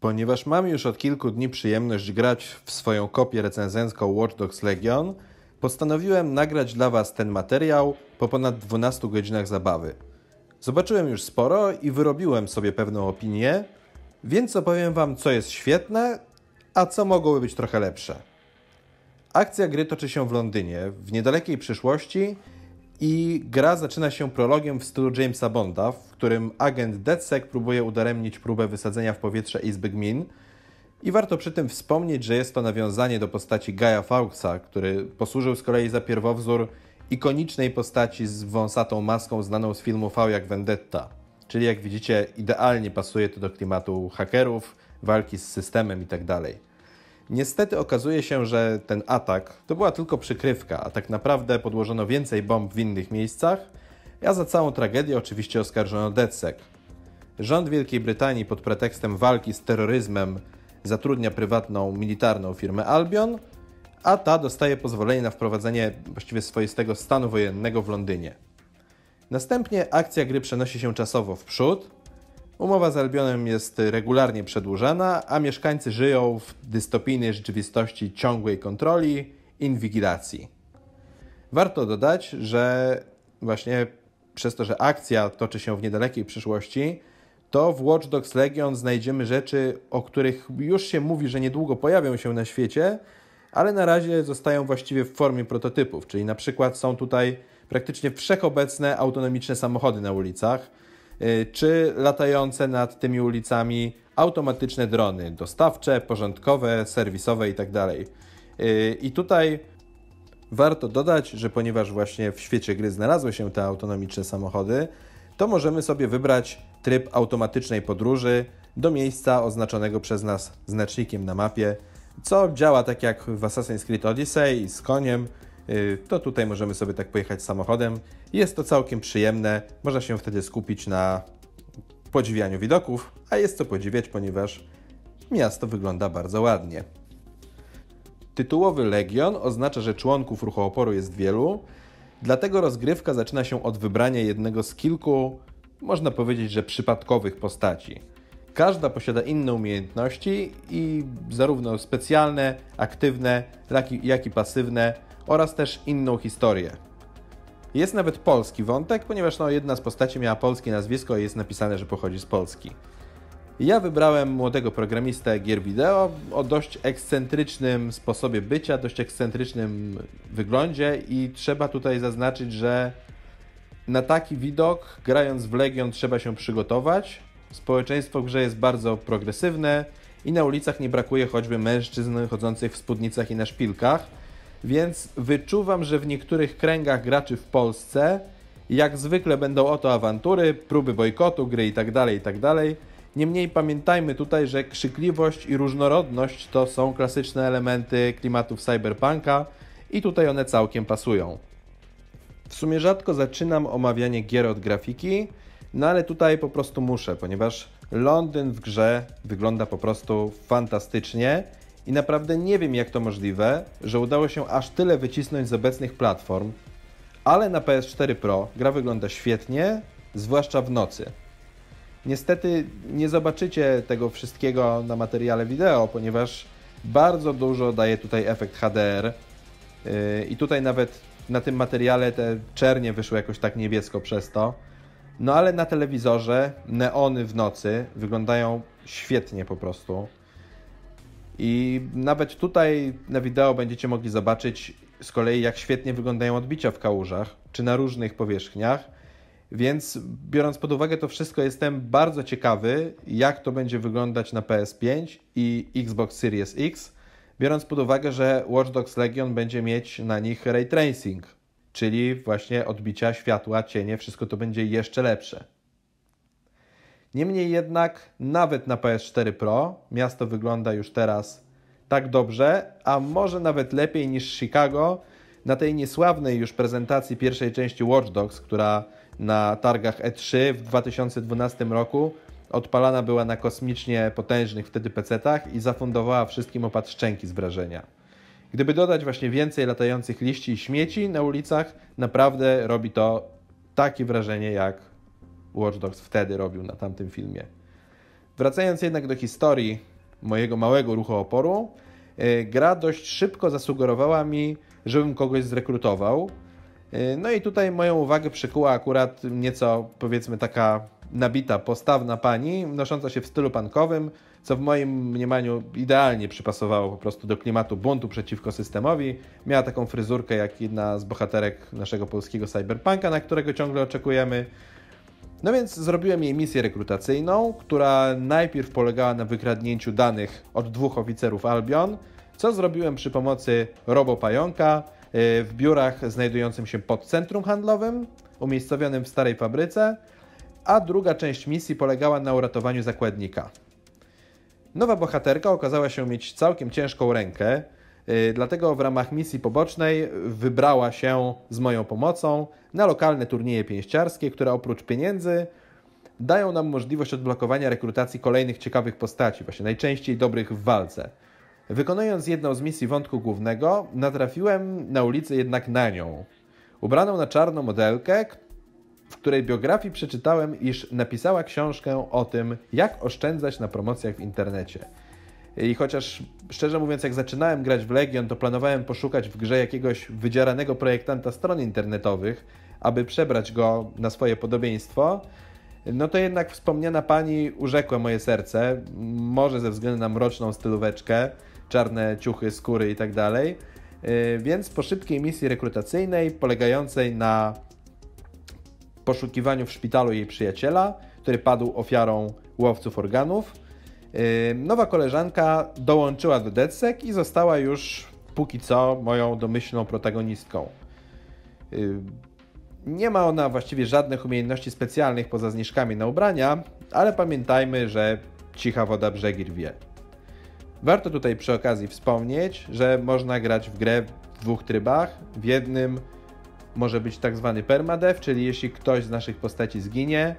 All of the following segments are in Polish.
Ponieważ mam już od kilku dni przyjemność grać w swoją kopię recenzencką Watch Dogs Legion, postanowiłem nagrać dla Was ten materiał po ponad 12 godzinach zabawy. Zobaczyłem już sporo i wyrobiłem sobie pewną opinię, więc opowiem Wam, co jest świetne, a co mogłoby być trochę lepsze. Akcja gry toczy się w Londynie, w niedalekiej przyszłości i gra zaczyna się prologiem w stylu Jamesa Bonda, w którym agent DedSec próbuje udaremnić próbę wysadzenia w powietrze Izby Gmin. I warto przy tym wspomnieć, że jest to nawiązanie do postaci Guy'a Fawkesa, który posłużył z kolei za pierwowzór ikonicznej postaci z wąsatą maską znaną z filmu V jak Vendetta. Czyli jak widzicie, idealnie pasuje to do klimatu hakerów, walki z systemem itd. Niestety okazuje się, że ten atak to była tylko przykrywka, a tak naprawdę podłożono więcej bomb w innych miejscach, a za całą tragedię oczywiście oskarżono DedSec. Rząd Wielkiej Brytanii pod pretekstem walki z terroryzmem zatrudnia prywatną, militarną firmę Albion, a ta dostaje pozwolenie na wprowadzenie właściwie swoistego stanu wojennego w Londynie. Następnie akcja gry przenosi się czasowo w przód. Umowa z Albionem jest regularnie przedłużana, a mieszkańcy żyją w dystopijnej rzeczywistości ciągłej kontroli, inwigilacji. Warto dodać, że właśnie przez to, że akcja toczy się w niedalekiej przyszłości, to w Watch Dogs Legion znajdziemy rzeczy, o których już się mówi, że niedługo pojawią się na świecie, ale na razie zostają właściwie w formie prototypów, czyli na przykład są tutaj praktycznie wszechobecne autonomiczne samochody na ulicach, czy latające nad tymi ulicami automatyczne drony dostawcze, porządkowe, serwisowe itd. I tutaj warto dodać, że ponieważ właśnie w świecie gry znalazły się te autonomiczne samochody, to możemy sobie wybrać tryb automatycznej podróży do miejsca oznaczonego przez nas znacznikiem na mapie, co działa tak jak w Assassin's Creed Odyssey z koniem. To tutaj możemy sobie tak pojechać samochodem. Jest to całkiem przyjemne, można się wtedy skupić na podziwianiu widoków, a jest co podziwiać, ponieważ miasto wygląda bardzo ładnie. Tytułowy Legion oznacza, że członków ruchu oporu jest wielu, dlatego rozgrywka zaczyna się od wybrania jednego z kilku, można powiedzieć, że przypadkowych postaci. Każda posiada inne umiejętności i zarówno specjalne, aktywne, jak i pasywne oraz też inną historię. Jest nawet polski wątek, ponieważ jedna z postaci miała polskie nazwisko i jest napisane, że pochodzi z Polski. Ja wybrałem młodego programistę gier wideo o dość ekscentrycznym sposobie bycia, dość ekscentrycznym wyglądzie i trzeba tutaj zaznaczyć, że na taki widok, grając w Legion, trzeba się przygotować. Społeczeństwo w grze jest bardzo progresywne i na ulicach nie brakuje choćby mężczyzn chodzących w spódnicach i na szpilkach, więc wyczuwam, że w niektórych kręgach graczy w Polsce jak zwykle będą oto awantury, próby bojkotu gry itd. Niemniej pamiętajmy tutaj, że krzykliwość i różnorodność to są klasyczne elementy klimatów cyberpunka i tutaj one całkiem pasują. W sumie rzadko zaczynam omawianie gier od grafiki, no ale tutaj po prostu muszę, ponieważ Londyn w grze wygląda po prostu fantastycznie i naprawdę nie wiem, jak to możliwe, że udało się aż tyle wycisnąć z obecnych platform, ale na PS4 Pro gra wygląda świetnie, zwłaszcza w nocy. Niestety nie zobaczycie tego wszystkiego na materiale wideo, ponieważ bardzo dużo daje tutaj efekt HDR i tutaj nawet na tym materiale te czernie wyszły jakoś tak niebiesko przez to. No ale na telewizorze neony w nocy wyglądają świetnie po prostu. I nawet tutaj na wideo będziecie mogli zobaczyć z kolei, jak świetnie wyglądają odbicia w kałużach, czy na różnych powierzchniach. Więc biorąc pod uwagę to wszystko, jestem bardzo ciekawy, jak to będzie wyglądać na PS5 i Xbox Series X, biorąc pod uwagę, że Watch Dogs Legion będzie mieć na nich ray tracing, czyli właśnie odbicia światła, cienie, wszystko to będzie jeszcze lepsze. Niemniej jednak, nawet na PS4 Pro miasto wygląda już teraz tak dobrze, a może nawet lepiej niż Chicago na tej niesławnej już prezentacji pierwszej części Watch Dogs, która na targach E3 w 2012 roku odpalana była na kosmicznie potężnych wtedy PC-tach i zafundowała wszystkim opad szczęki z wrażenia. Gdyby dodać właśnie więcej latających liści i śmieci na ulicach, naprawdę robi to takie wrażenie, jak Watch Dogs wtedy robił na tamtym filmie. Wracając jednak do historii, mojego małego ruchu oporu, gra dość szybko zasugerowała mi, żebym kogoś zrekrutował. No i tutaj moją uwagę przykuła akurat nieco, powiedzmy, taka nabita, postawna pani, nosząca się w stylu punkowym, co w moim mniemaniu idealnie przypasowało po prostu do klimatu buntu przeciwko systemowi. Miała taką fryzurkę jak jedna z bohaterek naszego polskiego cyberpunka, na którego ciągle oczekujemy. No więc zrobiłem jej misję rekrutacyjną, która najpierw polegała na wykradnięciu danych od 2 oficerów Albion, co zrobiłem przy pomocy robopająka w biurach znajdującym się pod centrum handlowym, umiejscowionym w starej fabryce, a druga część misji polegała na uratowaniu zakładnika. Nowa bohaterka okazała się mieć całkiem ciężką rękę, dlatego w ramach misji pobocznej wybrała się z moją pomocą na lokalne turnieje pięściarskie, które oprócz pieniędzy dają nam możliwość odblokowania rekrutacji kolejnych ciekawych postaci, właśnie najczęściej dobrych w walce. Wykonując jedną z misji wątku głównego, natrafiłem na ulicy jednak na nią. Ubraną na czarną modelkę, w której biografii przeczytałem, iż napisała książkę o tym, jak oszczędzać na promocjach w internecie. I chociaż, szczerze mówiąc, jak zaczynałem grać w Legion, to planowałem poszukać w grze jakiegoś wydzieranego projektanta stron internetowych, aby przebrać go na swoje podobieństwo, no to jednak wspomniana pani urzekła moje serce, może ze względu na mroczną stylóweczkę, czarne ciuchy, skóry i tak dalej, więc po szybkiej misji rekrutacyjnej polegającej na poszukiwaniu w szpitalu jej przyjaciela, który padł ofiarą łowców organów, nowa koleżanka dołączyła do DedSec i została już póki co moją domyślną protagonistką. Nie ma ona właściwie żadnych umiejętności specjalnych poza zniżkami na ubrania, ale pamiętajmy, że cicha woda brzegi rwie. Warto tutaj przy okazji wspomnieć, że można grać w grę w 2 trybach. W jednym może być tak zwany permadeath, czyli jeśli ktoś z naszych postaci zginie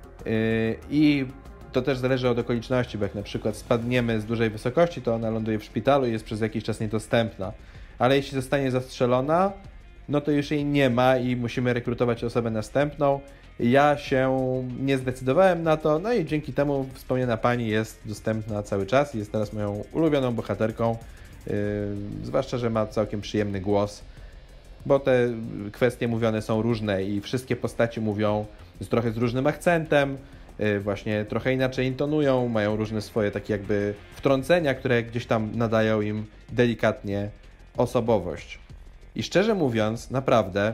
i to też zależy od okoliczności, bo jak na przykład spadniemy z dużej wysokości, to ona ląduje w szpitalu i jest przez jakiś czas niedostępna. Ale jeśli zostanie zastrzelona, no to już jej nie ma i musimy rekrutować osobę następną. Ja się nie zdecydowałem na to, no i dzięki temu wspomniana pani jest dostępna cały czas i jest teraz moją ulubioną bohaterką, zwłaszcza, że ma całkiem przyjemny głos, bo te kwestie mówione są różne i wszystkie postaci mówią trochę z różnym akcentem, właśnie trochę inaczej intonują, mają różne swoje takie jakby wtrącenia, które gdzieś tam nadają im delikatnie osobowość. I szczerze mówiąc, naprawdę,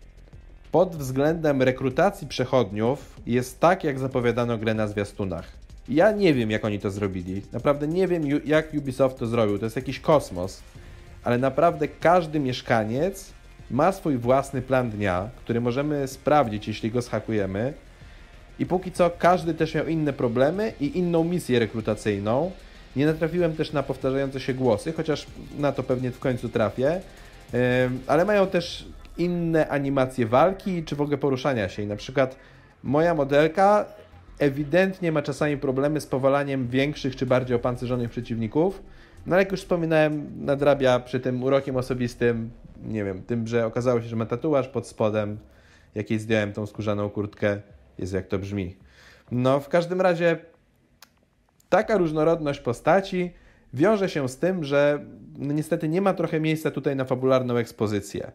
pod względem rekrutacji przechodniów jest tak, jak zapowiadano grę na zwiastunach. Ja nie wiem, jak oni to zrobili. Naprawdę nie wiem, jak Ubisoft to zrobił. To jest jakiś kosmos. Ale naprawdę każdy mieszkaniec ma swój własny plan dnia, który możemy sprawdzić, jeśli go zhakujemy. I póki co każdy też miał inne problemy i inną misję rekrutacyjną. Nie natrafiłem też na powtarzające się głosy, chociaż na to pewnie w końcu trafię. Ale mają też inne animacje walki czy w ogóle poruszania się. I na przykład moja modelka ewidentnie ma czasami problemy z powalaniem większych czy bardziej opancerzonych przeciwników. No ale jak już wspominałem, nadrabia przy tym urokiem osobistym, nie wiem, tym, że okazało się, że ma tatuaż pod spodem, jak jej zdjąłem tą skórzaną kurtkę. Jezu, jak to brzmi. No w każdym razie taka różnorodność postaci wiąże się z tym, że no niestety nie ma trochę miejsca tutaj na fabularną ekspozycję.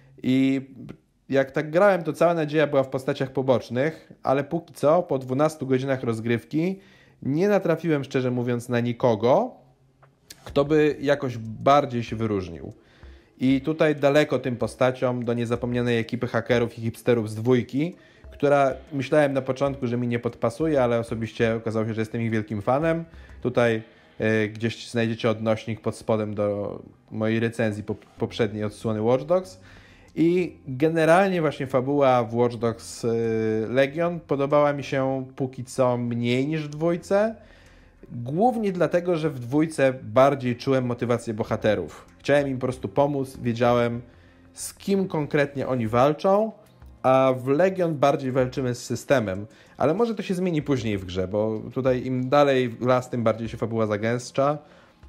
I jak tak grałem, to cała nadzieja była w postaciach pobocznych, ale póki co, po 12 godzinach rozgrywki, nie natrafiłem, szczerze mówiąc, na nikogo, kto by jakoś bardziej się wyróżnił. I tutaj daleko tym postaciom do niezapomnianej ekipy hakerów i hipsterów z Dwójki, która myślałem na początku, że mi nie podpasuje, ale osobiście okazało się, że jestem ich wielkim fanem. Tutaj gdzieś znajdziecie odnośnik pod spodem do mojej recenzji poprzedniej odsłony Watch Dogs. I generalnie właśnie fabuła w Watch Dogs Legion podobała mi się póki co mniej niż w Dwójce. Głównie dlatego, że w Dwójce bardziej czułem motywację bohaterów. Chciałem im po prostu pomóc, wiedziałem z kim konkretnie oni walczą, a w Legion bardziej walczymy z systemem. Ale może to się zmieni później w grze, bo tutaj im dalej w las, tym bardziej się fabuła zagęszcza.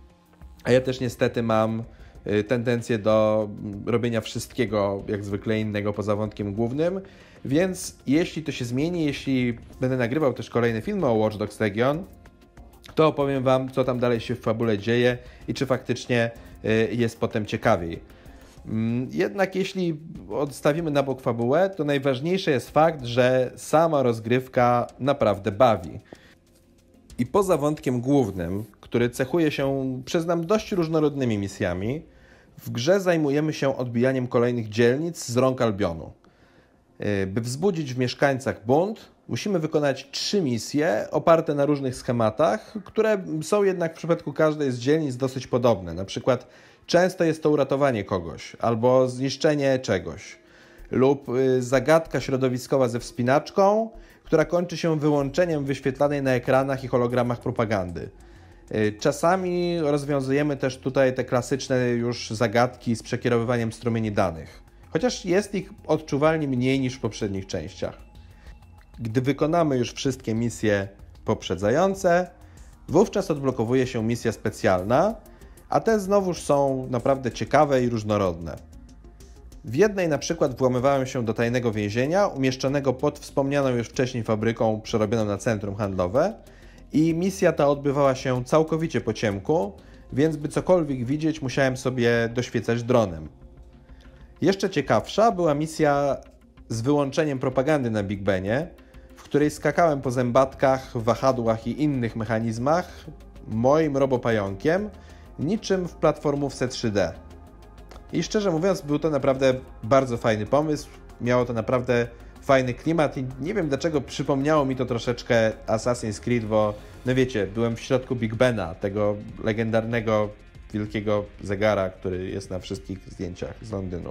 A ja też niestety mam tendencję do robienia wszystkiego, jak zwykle innego, poza wątkiem głównym. Więc jeśli to się zmieni, jeśli będę nagrywał też kolejne filmy o Watch Dogs Legion, to opowiem Wam, co tam dalej się w fabule dzieje i czy faktycznie jest potem ciekawiej. Jednak jeśli odstawimy na bok fabułę, to najważniejszy jest fakt, że sama rozgrywka naprawdę bawi. I poza wątkiem głównym, który cechuje się, przyznam, dość różnorodnymi misjami, w grze zajmujemy się odbijaniem kolejnych dzielnic z rąk Albionu. By wzbudzić w mieszkańcach bunt, musimy wykonać 3 misje oparte na różnych schematach, które są jednak w przypadku każdej z dzielnic dosyć podobne. Na przykład często jest to uratowanie kogoś albo zniszczenie czegoś lub zagadka środowiskowa ze wspinaczką, która kończy się wyłączeniem wyświetlanej na ekranach i hologramach propagandy. Czasami rozwiązujemy też tutaj te klasyczne już zagadki z przekierowywaniem strumieni danych, chociaż jest ich odczuwalnie mniej niż w poprzednich częściach. Gdy wykonamy już wszystkie misje poprzedzające, wówczas odblokowuje się misja specjalna, a te znowuż są naprawdę ciekawe i różnorodne. W jednej na przykład włamywałem się do tajnego więzienia umieszczonego pod wspomnianą już wcześniej fabryką przerobioną na centrum handlowe i misja ta odbywała się całkowicie po ciemku, więc by cokolwiek widzieć musiałem sobie doświecać dronem. Jeszcze ciekawsza była misja z wyłączeniem propagandy na Big Benie, w której skakałem po zębatkach, wahadłach i innych mechanizmach moim robopająkiem, niczym w platformówce 3D. I szczerze mówiąc, był to naprawdę bardzo fajny pomysł, miało to naprawdę fajny klimat i nie wiem dlaczego przypomniało mi to troszeczkę Assassin's Creed, bo no wiecie, byłem w środku Big Bena, tego legendarnego wielkiego zegara, który jest na wszystkich zdjęciach z Londynu.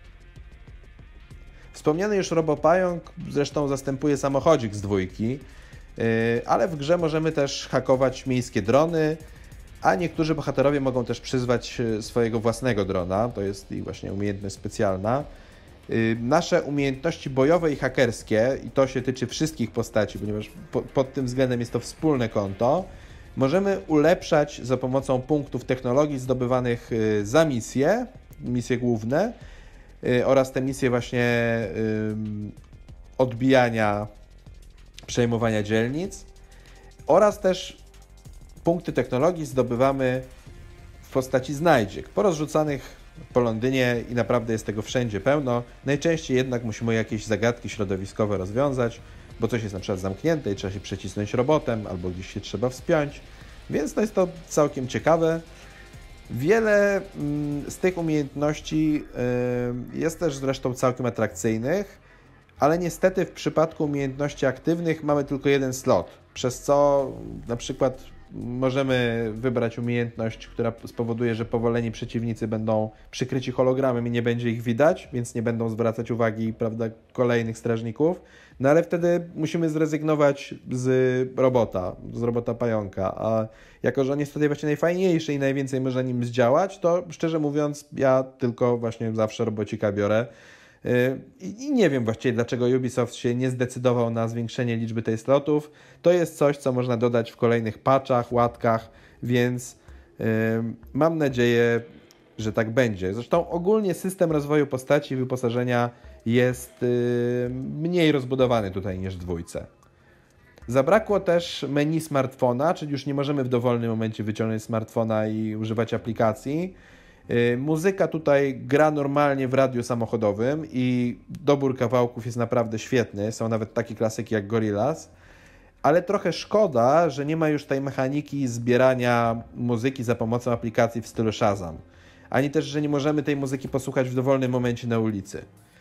Wspomniany już robopająk zresztą zastępuje samochodzik z 2, ale w grze możemy też hakować miejskie drony, a niektórzy bohaterowie mogą też przyzwać swojego własnego drona, to jest ich właśnie umiejętność specjalna. Nasze umiejętności bojowe i hakerskie, i to się tyczy wszystkich postaci, ponieważ pod tym względem jest to wspólne konto, możemy ulepszać za pomocą punktów technologii zdobywanych za misje główne oraz te misje właśnie odbijania, przejmowania dzielnic oraz też punkty technologii zdobywamy w postaci znajdziek porozrzucanych po Londynie i naprawdę jest tego wszędzie pełno. Najczęściej jednak musimy jakieś zagadki środowiskowe rozwiązać, bo coś jest na przykład zamknięte i trzeba się przecisnąć robotem albo gdzieś się trzeba wspiąć, więc to jest to całkiem ciekawe. Wiele z tych umiejętności jest też zresztą całkiem atrakcyjnych, ale niestety w przypadku umiejętności aktywnych mamy tylko jeden slot, przez co na przykład możemy wybrać umiejętność, która spowoduje, że powoleni przeciwnicy będą przykryci hologramem i nie będzie ich widać, więc nie będą zwracać uwagi, prawda, kolejnych strażników. No ale wtedy musimy zrezygnować z robota pająka, a jako że on jest tutaj właśnie najfajniejszy i najwięcej można nim zdziałać, to szczerze mówiąc ja tylko właśnie zawsze robocika biorę. I nie wiem właściwie, dlaczego Ubisoft się nie zdecydował na zwiększenie liczby tych slotów. To jest coś, co można dodać w kolejnych patchach, łatkach, więc mam nadzieję, że tak będzie. Zresztą ogólnie system rozwoju postaci i wyposażenia jest mniej rozbudowany tutaj niż w 2. Zabrakło też menu smartfona, czyli już nie możemy w dowolnym momencie wyciągnąć smartfona i używać aplikacji. Muzyka tutaj gra normalnie w radiu samochodowym i dobór kawałków jest naprawdę świetny. Są nawet takie klasyki jak Gorillaz. Ale trochę szkoda, że nie ma już tej mechaniki zbierania muzyki za pomocą aplikacji w stylu Shazam. Ani też, że nie możemy tej muzyki posłuchać w dowolnym momencie na ulicy.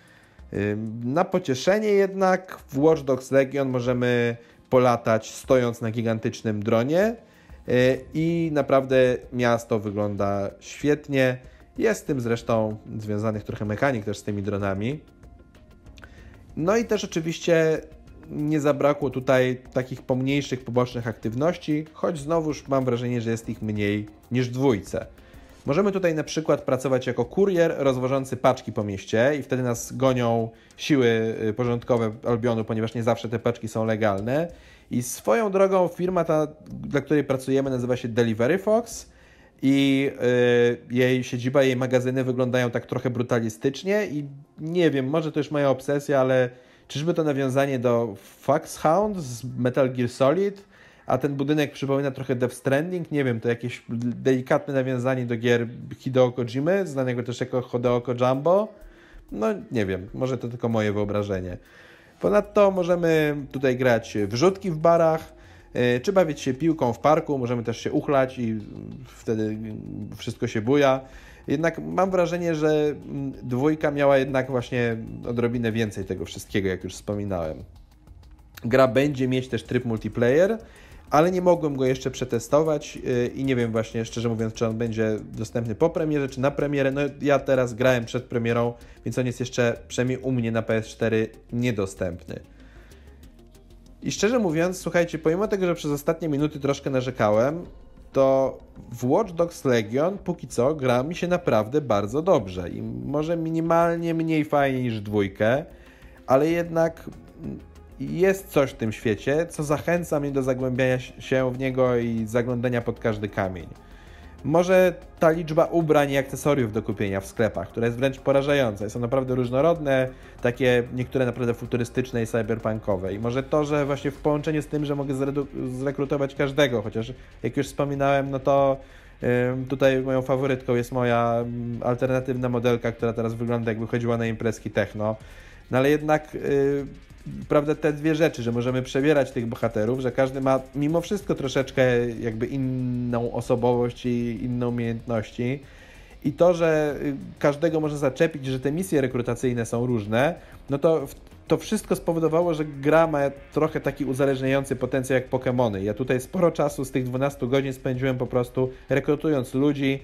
Na pocieszenie jednak w Watch Dogs Legion możemy polatać stojąc na gigantycznym dronie i naprawdę miasto wygląda świetnie. Jest z tym zresztą związanych trochę mechanik też z tymi dronami. No i też oczywiście nie zabrakło tutaj takich pomniejszych, pobocznych aktywności, choć znowuż mam wrażenie, że jest ich mniej niż w 2. Możemy tutaj na przykład pracować jako kurier rozwożący paczki po mieście i wtedy nas gonią siły porządkowe Albionu, ponieważ nie zawsze te paczki są legalne. I swoją drogą firma ta, dla której pracujemy, nazywa się Delivery Fox i jej siedziba, jej magazyny wyglądają tak trochę brutalistycznie i nie wiem, może to już moja obsesja, ale czyżby to nawiązanie do Foxhound z Metal Gear Solid? a ten budynek przypomina trochę Death Stranding, nie wiem, to jakieś delikatne nawiązanie do gier Hideo Kojimy, znanego też jako Hideo Kojambo. No nie wiem, może to tylko moje wyobrażenie. Ponadto możemy tutaj grać w rzutki w barach, czy bawić się piłką w parku, możemy też się uchlać i wtedy wszystko się buja. Jednak mam wrażenie, że dwójka miała jednak właśnie odrobinę więcej tego wszystkiego, jak już wspominałem. Gra będzie mieć też tryb multiplayer, ale nie mogłem go jeszcze przetestować i nie wiem właśnie, szczerze mówiąc, czy on będzie dostępny po premierze, czy na premierę. No ja teraz grałem przed premierą, więc on jest jeszcze, przynajmniej u mnie na PS4, niedostępny. I szczerze mówiąc, słuchajcie, pomimo tego, że przez ostatnie minuty troszkę narzekałem, to w Watch Dogs Legion póki co gra mi się naprawdę bardzo dobrze i może minimalnie mniej fajnie niż dwójkę, ale jednak jest coś w tym świecie, co zachęca mnie do zagłębiania się w niego i zaglądania pod każdy kamień. Może ta liczba ubrań i akcesoriów do kupienia w sklepach, która jest wręcz porażająca. Są naprawdę różnorodne, takie niektóre naprawdę futurystyczne i cyberpunkowe. I może to, że właśnie w połączeniu z tym, że mogę zrekrutować każdego, chociaż jak już wspominałem, no to tutaj moją faworytką jest moja alternatywna modelka, która teraz wygląda jakby chodziła na imprezki techno. No ale jednak prawda, te dwie rzeczy, że możemy przebierać tych bohaterów, że każdy ma mimo wszystko troszeczkę jakby inną osobowość i inne umiejętności i to, że każdego można zaczepić, że te misje rekrutacyjne są różne, no to wszystko spowodowało, że gra ma trochę taki uzależniający potencjał jak Pokemony. Ja tutaj sporo czasu z tych 12 godzin spędziłem po prostu rekrutując ludzi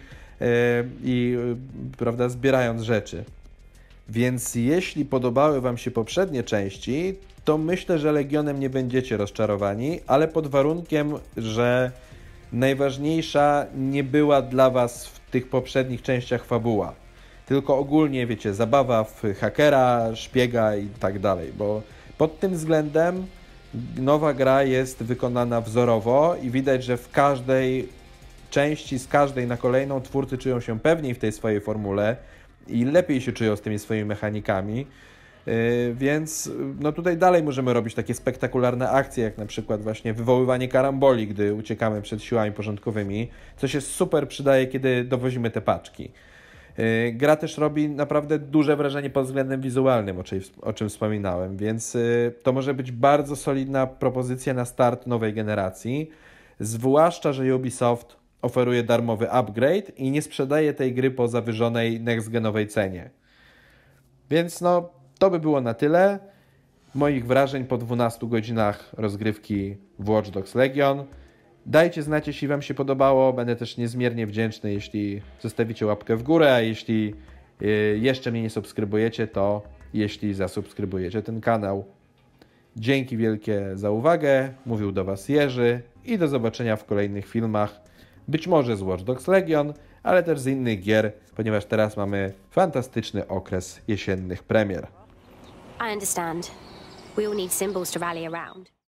i prawda, zbierając rzeczy. Więc jeśli podobały Wam się poprzednie części, to myślę, że Legionem nie będziecie rozczarowani, ale pod warunkiem, że najważniejsza nie była dla Was w tych poprzednich częściach fabuła. Tylko ogólnie, wiecie, zabawa w hakera, szpiega i tak dalej, bo pod tym względem nowa gra jest wykonana wzorowo i widać, że w każdej części, z każdej na kolejną twórcy czują się pewniej w tej swojej formule i lepiej się czują z tymi swoimi mechanikami, więc no tutaj dalej możemy robić takie spektakularne akcje, jak na przykład właśnie wywoływanie karamboli, gdy uciekamy przed siłami porządkowymi, co się super przydaje, kiedy dowozimy te paczki. Gra też robi naprawdę duże wrażenie pod względem wizualnym, o czym wspominałem, więc to może być bardzo solidna propozycja na start nowej generacji, zwłaszcza, że Ubisoft oferuje darmowy upgrade i nie sprzedaje tej gry po zawyżonej next-genowej cenie. Więc no, to by było na tyle moich wrażeń po 12 godzinach rozgrywki w Watch Dogs Legion. Dajcie znać, jeśli Wam się podobało. Będę też niezmiernie wdzięczny, jeśli zostawicie łapkę w górę, a jeśli jeszcze mnie nie subskrybujecie, to jeśli zasubskrybujecie ten kanał. Dzięki wielkie za uwagę. Mówił do Was Jerzy i do zobaczenia w kolejnych filmach. Być może z Watch Dogs Legion, ale też z innych gier, ponieważ teraz mamy fantastyczny okres jesiennych premier. I understand. We all need symbols to rally around.